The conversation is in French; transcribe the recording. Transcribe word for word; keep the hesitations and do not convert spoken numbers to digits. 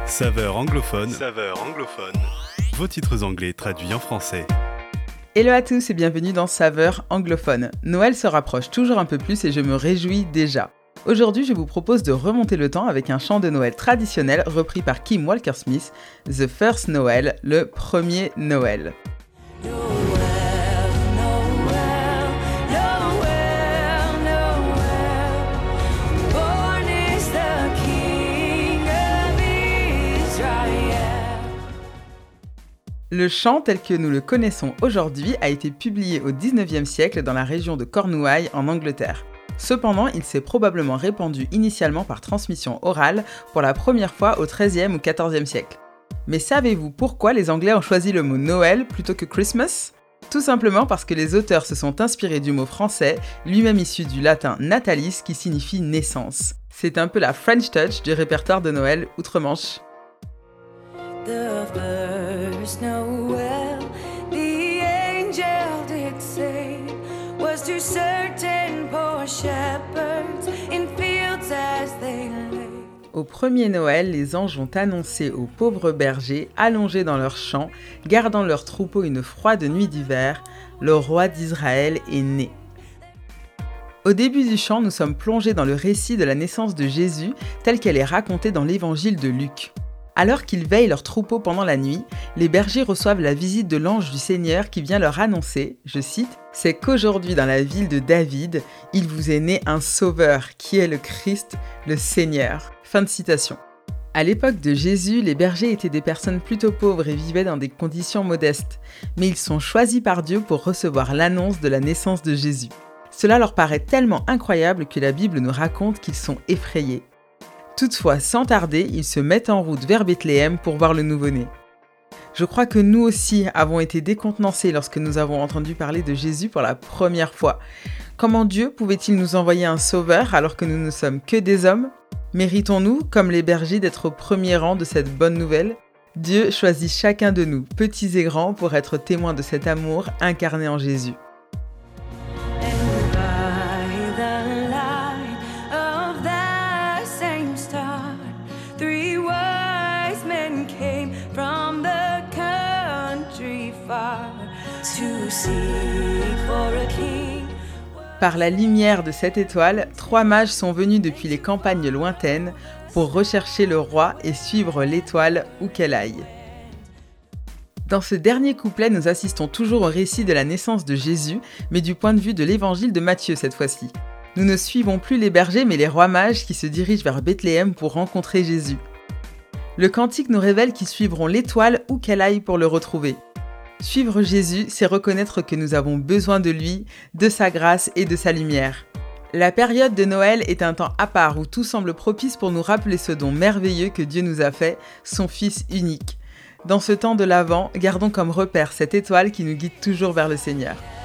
Saveur anglophone. Saveur anglophone. Vos titres anglais traduits en français. Hello à tous et bienvenue dans Saveur anglophone. Noël se rapproche toujours un peu plus et je me réjouis déjà. Aujourd'hui, je vous propose de remonter le temps avec un chant de Noël traditionnel repris par Kim Walker-Smith, The First Noel, le premier Noël. Le chant tel que nous le connaissons aujourd'hui a été publié au dix-neuvième siècle dans la région de Cornouailles en Angleterre. Cependant, il s'est probablement répandu initialement par transmission orale pour la première fois au treizième ou quatorzième siècle. Mais savez-vous pourquoi les Anglais ont choisi le mot Noël plutôt que Christmas ? Tout simplement parce que les auteurs se sont inspirés du mot français, lui-même issu du latin natalis qui signifie naissance. C'est un peu la French touch du répertoire de Noël outre-Manche. The first Noel, the angel did say, was to certain poor shepherds in fields as they lay. Au premier Noël, les anges ont annoncé aux pauvres bergers, allongés dans leurs champs, gardant leur troupeau une froide nuit d'hiver, le roi d'Israël est né. Au début du chant, nous sommes plongés dans le récit de la naissance de Jésus, telle qu'elle est racontée dans l'évangile de Luc. Alors qu'ils veillent leur troupeau pendant la nuit, les bergers reçoivent la visite de l'ange du Seigneur qui vient leur annoncer, je cite, « C'est qu'aujourd'hui dans la ville de David, il vous est né un sauveur qui est le Christ, le Seigneur. » Fin de citation. À l'époque de Jésus, les bergers étaient des personnes plutôt pauvres et vivaient dans des conditions modestes, mais ils sont choisis par Dieu pour recevoir l'annonce de la naissance de Jésus. Cela leur paraît tellement incroyable que la Bible nous raconte qu'ils sont effrayés. Toutefois, sans tarder, ils se mettent en route vers Bethléem pour voir le nouveau-né. Je crois que nous aussi avons été décontenancés lorsque nous avons entendu parler de Jésus pour la première fois. Comment Dieu pouvait-il nous envoyer un sauveur alors que nous ne sommes que des hommes ? Méritons-nous, comme les bergers, d'être au premier rang de cette bonne nouvelle ? Dieu choisit chacun de nous, petits et grands, pour être témoins de cet amour incarné en Jésus. Par la lumière de cette étoile, trois mages sont venus depuis les campagnes lointaines pour rechercher le roi et suivre l'étoile où qu'elle aille. Dans ce dernier couplet, nous assistons toujours au récit de la naissance de Jésus, mais du point de vue de l'évangile de Matthieu cette fois-ci. Nous ne suivons plus les bergers, mais les rois mages qui se dirigent vers Bethléem pour rencontrer Jésus. Le cantique nous révèle qu'ils suivront l'étoile où qu'elle aille pour le retrouver. Suivre Jésus, c'est reconnaître que nous avons besoin de lui, de sa grâce et de sa lumière. La période de Noël est un temps à part où tout semble propice pour nous rappeler ce don merveilleux que Dieu nous a fait, son Fils unique. Dans ce temps de l'Avent, gardons comme repère cette étoile qui nous guide toujours vers le Seigneur.